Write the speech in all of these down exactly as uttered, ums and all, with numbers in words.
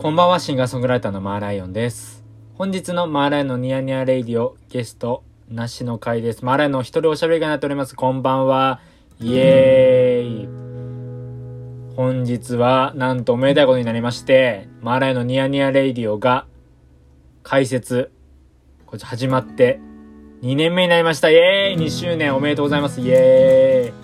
こんばんは、シンガーソングライターのマーライオンです。本日のマーライオンのニヤニヤレイディオゲストなしの回です。マーライオンの一人おしゃべりがなっております。こんばんは。イエーイ。本日はなんとおめでたいことになりまして、マーライオンのニヤニヤレイディオが開設、こちら始まってにねんめになりました。イエーイ。にしゅうねんおめでとうございます。イエ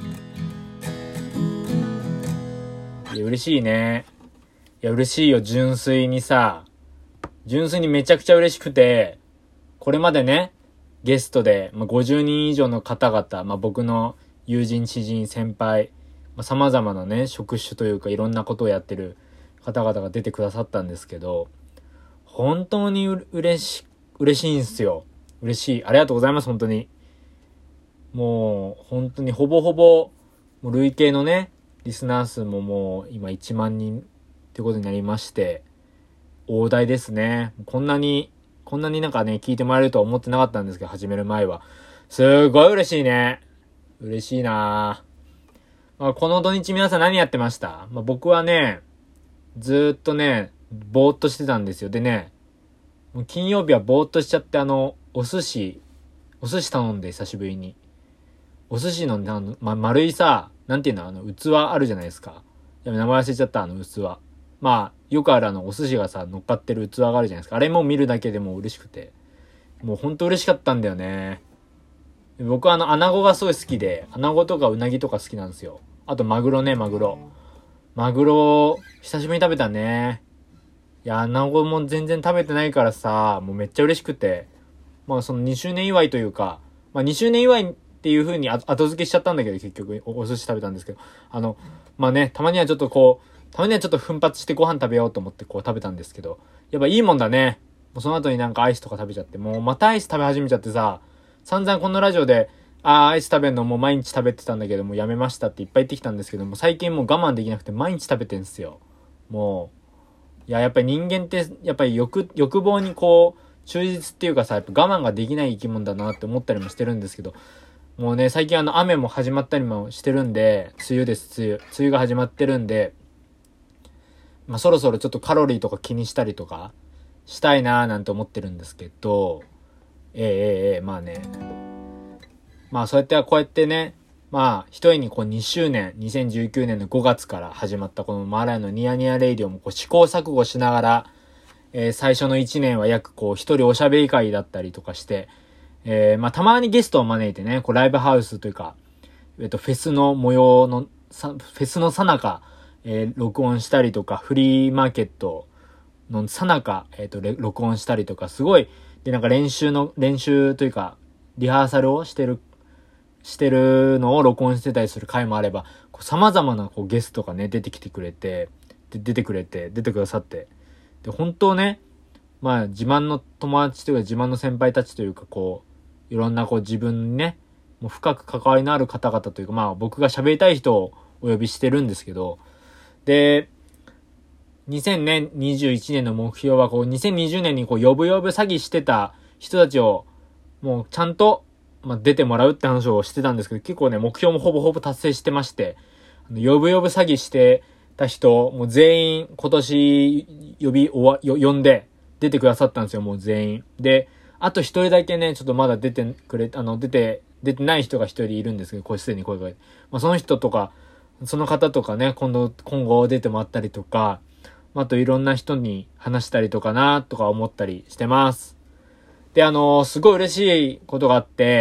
ーイ。いや嬉しいね。いや嬉しいよ。純粋にさ、純粋にめちゃくちゃ嬉しくて、これまでねゲストで、まあ、ごじゅうにん以上の方々、まあ、僕の友人知人先輩、まあ、様々なね職種というかいろんなことをやってる方々が出てくださったんですけど、本当にう嬉し嬉しいんすよ。嬉しい。ありがとうございます。本当にもう本当にほぼほぼもう累計のねリスナー数ももう今いちまんにんってことになりまして、大台ですね。こんなにこんなになんかね聞いてもらえるとは思ってなかったんですけど、始める前はすごい嬉しいね。嬉しいな、まあ、この土日皆さん何やってました？まあ、僕はねずーっとねぼーっとしてたんですよ。でね金曜日はぼーっとしちゃって、あのお寿司お寿司頼んで久しぶりにお寿司のあの、ま、丸いさ、なんていうの、あの器あるじゃないですか。名前忘れちゃった。あの器、まあよくあるあのお寿司がさ乗っかってる器があるじゃないですか。あれも見るだけでも嬉しくて、もうほんと嬉しかったんだよね。僕はあの穴子がすごい好きで、穴子とかうなぎとか好きなんですよ。あとマグロね、マグロマグロ久しぶりに食べたね。いや穴子も全然食べてないからさ、もうめっちゃ嬉しくて、まあそのにしゅうねん祝いというか、まあにしゅうねん祝いっていう風に後付けしちゃったんだけど、結局 お, お寿司食べたんですけど、あのまあね、たまにはちょっとこうたまにはちょっと奮発してご飯食べようと思ってこう食べたんですけど、やっぱいいもんだね。もうその後になんかアイスとか食べちゃって、もうまたアイス食べ始めちゃってさ、散々このラジオであーアイス食べるのもう毎日食べてたんだけどもうやめましたっていっぱい言ってきたんですけども、最近もう我慢できなくて毎日食べてんすよ。もういややっぱり人間ってやっぱり欲欲望にこう忠実っていうかさ、やっぱ我慢ができない生き物だなって思ったりもしてるんですけど、もうね最近あの雨も始まったりもしてるんで、梅雨です梅雨梅雨が始まってるんで、まあそろそろちょっとカロリーとか気にしたりとかしたいなーなんて思ってるんですけど、ええええええまあね、まあそうやってこうやってね、まあ一重にこうにしゅうねん、にせんじゅうきゅうねんのごがつから始まったこのマーライオンのニヤニヤレイディオもこう試行錯誤しながら、えー、最初のいちねんは約こう一人おしゃべり会だったりとかして、えー、まあたまにゲストを招いてね、こうライブハウスというか、えっとフェスの模様のさフェスの最中、えー、録音したりとか、フリーマーケットの最中、えっと録音したりとか、すごいでなんか練習の練習というかリハーサルをしてるしてるのを録音してたりする回もあれば、様々なこうゲストがね出てきてくれて、で出てくれて出てくださって、で本当ね、まあ自慢の友達というか自慢の先輩たちというか、こういろんなこう自分にねもう深く関わりのある方々というか、まあ僕が喋りたい人をお呼びしてるんですけど、でにせんにじゅういちねんの目標はこうにせんにじゅうねんにこう呼ぶ呼ぶ詐欺してた人たちをもうちゃんとまあ、出てもらうって話をしてたんですけど、結構ね目標もほぼほぼ達成してまして、呼ぶ呼ぶ詐欺してた人もう全員今年呼びおわ呼んで出てくださったんですよ。もう全員で、あと一人だけねちょっとまだ出てくれあの出て出てない人が一人いるんですけど、これすでに声が、まあ、その人とかその方とかね今度今後出てもらったりとか、あといろんな人に話したりとかなとか思ったりしてます。で、あのー、すごい嬉しいことがあって、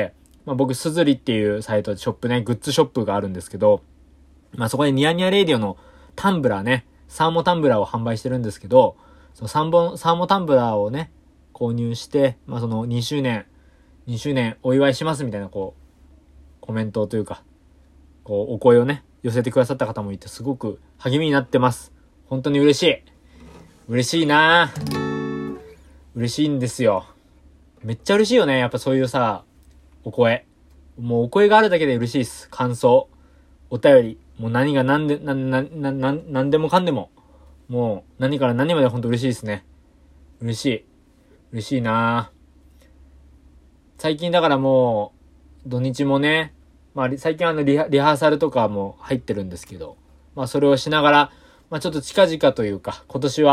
まあ、僕、すずりっていうサイトでショップね、グッズショップがあるんですけど、まあ、そこでニヤニヤレイディオのタンブラーね、サーモタンブラーを販売してるんですけど、そのさんぼん、サーモタンブラーをね、購入して、まあ、そのにしゅうねん、にしゅうねんお祝いしますみたいな、こう、コメントというか、こう、お声をね、寄せてくださった方もいて、すごく励みになってます。本当に嬉しい。嬉しいなぁ。嬉しいんですよ。めっちゃ嬉しいよね。やっぱそういうさ、お声。もうお声があるだけで嬉しいです。感想。お便り。もう何が何で、な、な、な、な、なんでもかんでも。もう何から何まで本当嬉しいですね。嬉しい。嬉しいなぁ。最近だからもう、土日もね、まあ最近あのリハ、リハーサルとかも入ってるんですけど、まあそれをしながら、まあちょっと近々というか、今年は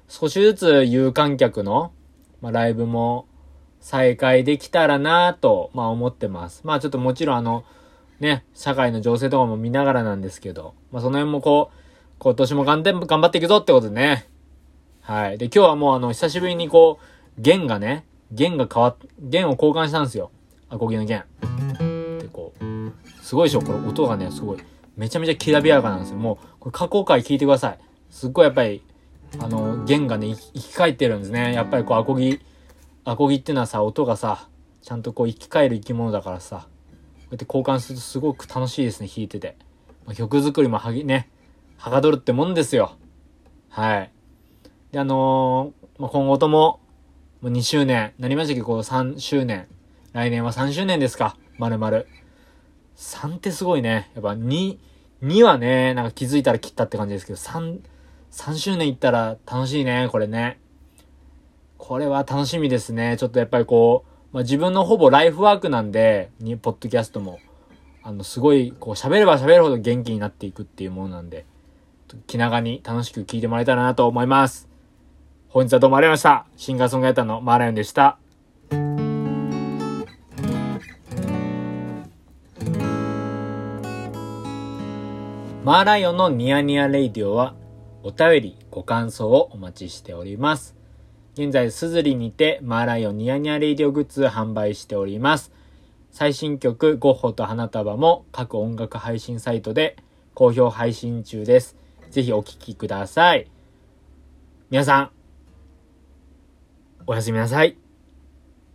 少しずつ有観客の、まあ、ライブも再開できたらなと、まあ思ってます。まあちょっともちろんあの、ね、社会の情勢とかも見ながらなんですけど、まあその辺もこう、今年も頑張頑張っていくぞってことでね。はい。で、今日はもうあの、久しぶりにこう、弦がね、弦が変わっ、弦を交換したんですよ。アコギの弦。で、こう、すごいでしょこれ音がね、すごい。めちゃめちゃきらびやかなんですよ。もう、これ過去回聞いてください。すっごいやっぱり、あの、弦がね、生き返ってるんですね。やっぱりこう、アコギ、アコギってのはさ、音がさ、ちゃんとこう、生き返る生き物だからさ、こうやって交換するとすごく楽しいですね、弾いてて。まあ、曲作りもはぎ、ね、はかどるってもんですよ。はい。で、あのー、まあ、今後とも、もうにしゅうねん、なりましたけど、こうさんしゅうねん。来年はさんしゅうねんですか。まるまる。さんってすごいね。やっぱに、にはね、なんか気づいたら切ったって感じですけど、さん、さんしゅうねんいったら楽しいね、これね。これは楽しみですね。ちょっとやっぱりこう、まあ、自分のほぼライフワークなんで、に、ポッドキャストも。あの、すごい、こう喋れば喋るほど元気になっていくっていうものなんで、気長に楽しく聞いてもらえたらなと思います。本日はどうもありがとうございました。シンガーソングライターのマーライオンでした。マーライオンのニヤニヤレイディオはお便りご感想をお待ちしております。現在スズリにてマーライオンニヤニヤレイディオグッズ販売しております。最新曲ゴッホと花束も各音楽配信サイトで好評配信中です。ぜひお聴きください。皆さんおやすみなさい。